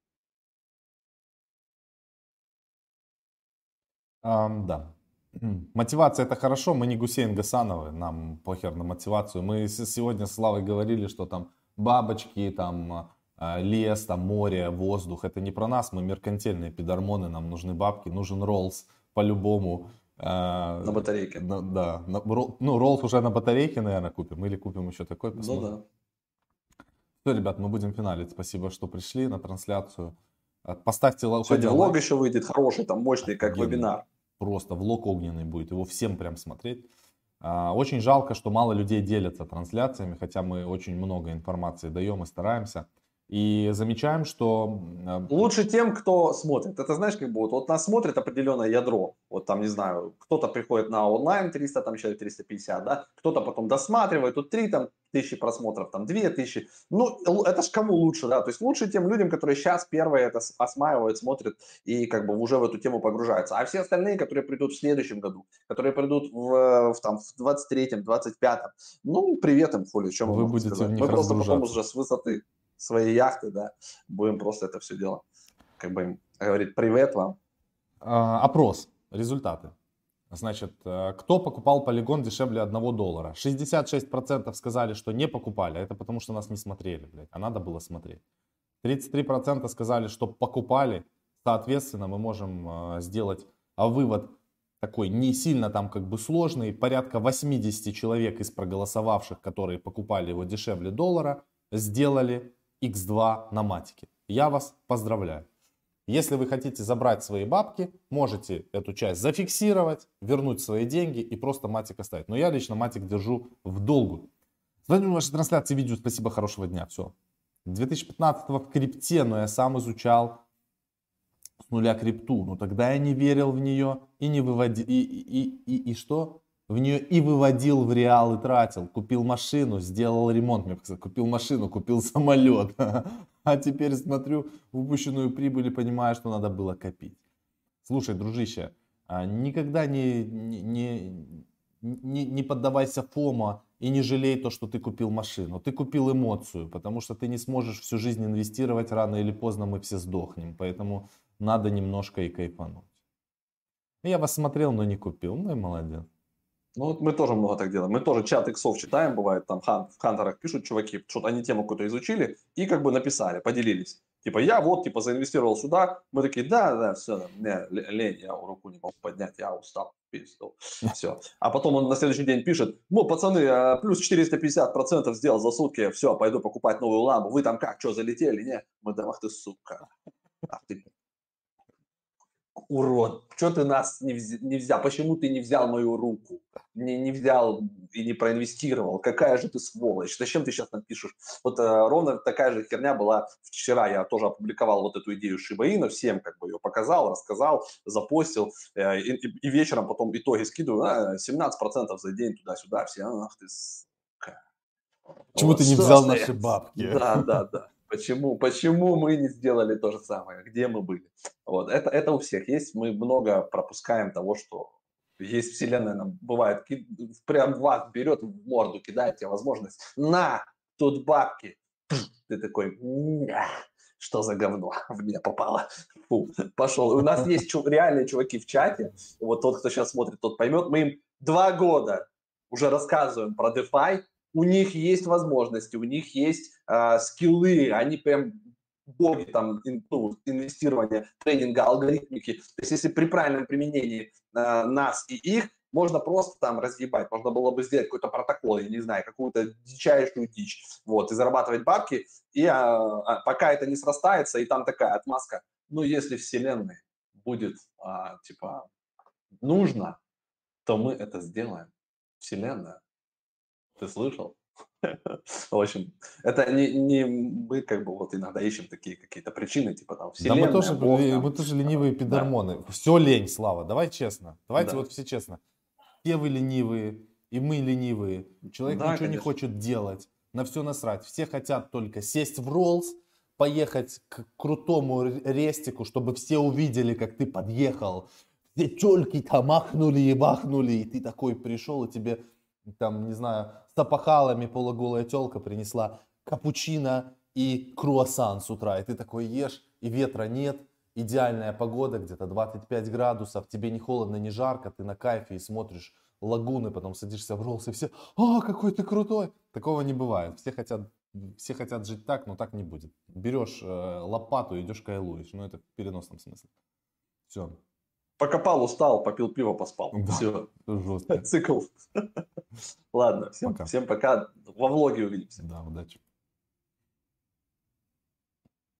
Um, да. Мотивация это хорошо, мы не Гусейн Гасановы, нам похер на мотивацию. Мы сегодня с Славой говорили, что там бабочки, там лес, там море, воздух, это не про нас, мы меркантильные пидормоны, нам нужны бабки, нужен Роллс по-любому. На батарейке. На, да, на, ну Роллс уже на батарейке, наверное, купим, или купим еще такой, посмотрим. Ну да. Все, ребят, мы будем финалить, спасибо, что пришли на трансляцию. Поставьте лайк. Сегодня влог еще выйдет хороший, там мощный, как Офигенный. Вебинар. Просто влог огненный будет, его всем прям смотреть. Очень жалко, что мало людей делятся трансляциями, хотя мы очень много информации даем и стараемся. И замечаем, что... Лучше тем, кто смотрит. Это знаешь, как бы вот, вот нас смотрит определенное ядро. Вот там, не знаю, кто-то приходит на онлайн триста, там человек триста пятьдесят, да, кто-то потом досматривает, тут три там, тысячи просмотров, там две тысячи. Ну, это ж кому лучше, да, то есть лучше тем людям, которые сейчас первые это осмаивают, смотрят и как бы уже в эту тему погружаются. А все остальные, которые придут в следующем году, которые придут в, в, там, в двадцать третьем, двадцать пятом, ну, привет им, Хули, что мы Вы можем будете сказать. в них Мы просто потом разгружаться. уже с высоты своей яхты, да, будем просто это все дело, как бы говорит, привет вам. Опрос, результаты. Значит, кто покупал полигон дешевле одного доллара? шестьдесят шесть процентов сказали, что не покупали, это потому что нас не смотрели, блядь, а надо было смотреть. тридцать три процента сказали, что покупали, соответственно, мы можем сделать вывод такой не сильно там как бы сложный. Порядка восемьдесят человек из проголосовавших, которые покупали его дешевле доллара, сделали икс два на матике. Я вас поздравляю. Если вы хотите забрать свои бабки, можете эту часть зафиксировать, вернуть свои деньги и просто матик оставить. Но я лично матик держу в долгу. Смотрю ваши трансляции, видео. Спасибо, хорошего дня. Все. две тысячи пятнадцатого в крипте, но я сам изучал с нуля крипту. Но тогда я не верил в нее и не выводил. И, и, и, и, и что? В нее и выводил в реал и тратил. Купил машину, сделал ремонт. Мне сказали, купил машину, купил самолет. А теперь смотрю упущенную прибыль и понимаю, что надо было копить. Слушай, дружище, никогда не, не, не, не поддавайся фомо и не жалей то, что ты купил машину. Ты купил эмоцию, потому что ты не сможешь всю жизнь инвестировать. Рано или поздно мы все сдохнем. Поэтому надо немножко и кайфануть. Я вас смотрел, но не купил. Ну и молодец. Ну, вот мы тоже много так делаем. Мы тоже чат иксов читаем, бывает, там хан, в хантерах пишут чуваки, что они тему какую-то изучили и как бы написали, поделились. Типа, я вот, типа, заинвестировал сюда. Мы такие, да, да, все, не, лень, я руку не могу поднять, я устал. Все. А потом он на следующий день пишет, ну, пацаны, а, плюс четыреста пятьдесят процентов сделал за сутки, все, пойду покупать новую лампу. Вы там как, что, залетели? Не? Мы, да, ах ты, сука. Ах ты, урод, что ты нас не, вз- не взял? Почему ты не взял мою руку? Не, не взял и не проинвестировал? Какая же ты сволочь? Зачем ты сейчас нам пишешь? Вот э, ровно такая же херня была вчера. Я тоже опубликовал вот эту идею Шиба Ину, всем как бы ее показал, рассказал, запостил. Э, и, и- и вечером потом итоги скидываю. А, семнадцать процентов за день туда-сюда. Все, ах ты, сука. Почему Вот, ты не что взял ж ты? наши бабки? Да, да, да. Почему, почему мы не сделали то же самое? Где мы были? Вот. Это, это у всех есть. Мы много пропускаем того, что есть вселенная, нам бывает, ки- прям вас берет в морду, кидает тебе возможность. На, тут бабки. Ты такой, «Ня, что за говно в меня попало. Фу, пошел. У нас есть чу- реальные чуваки в чате. Вот тот, кто сейчас смотрит, тот поймет. Мы им два года уже рассказываем про DeFi. У них есть возможности, у них есть э, скиллы, они прям боги там ин- ну, инвестирования, трейдинга, алгоритмики. То есть если при правильном применении э, нас и их, можно просто там разъебать, можно было бы сделать какой-то протокол, я не знаю, какую-то дичайшую дичь, вот, и зарабатывать бабки, и а, а, пока это не срастается, и там такая отмазка, ну, если вселенной будет, а, типа, нужно, то мы это сделаем. Вселенная, ты слышал? В общем, это не, не мы как бы вот иногда ищем такие какие-то причины, типа там Да мы вселенная, тоже, Бог ли- там, мы тоже э, ленивые да, пидормоны. Все лень, Слава, давай честно. Давайте да, вот все честно. Все вы ленивые, и мы ленивые. Человек да, ничего не конечно, хочет делать, на все насрать. Все хотят только сесть в роллс, поехать к крутому р- рестику, чтобы все увидели, как ты подъехал. Все тёлки там ахнули и бахнули, и ты такой пришел, и тебе там, не знаю, с опахалами полуголая телка принесла капучино и круассан с утра. И ты такой ешь, и ветра нет, идеальная погода, где-то двадцать пять градусов, тебе не холодно, не жарко, ты на кайфе и смотришь лагуны, потом садишься в роллс, и все, а, какой ты крутой. Такого не бывает. Все хотят, все хотят жить так, но так не будет. Берешь э, лопату, идешь кайлуешь. Ну, это в переносном смысле. Все. покопал, устал, попил пиво, поспал, Да, все, жестко. цикл. Ладно, всем, Пока. всем пока, во влоге увидимся. Да, удачи.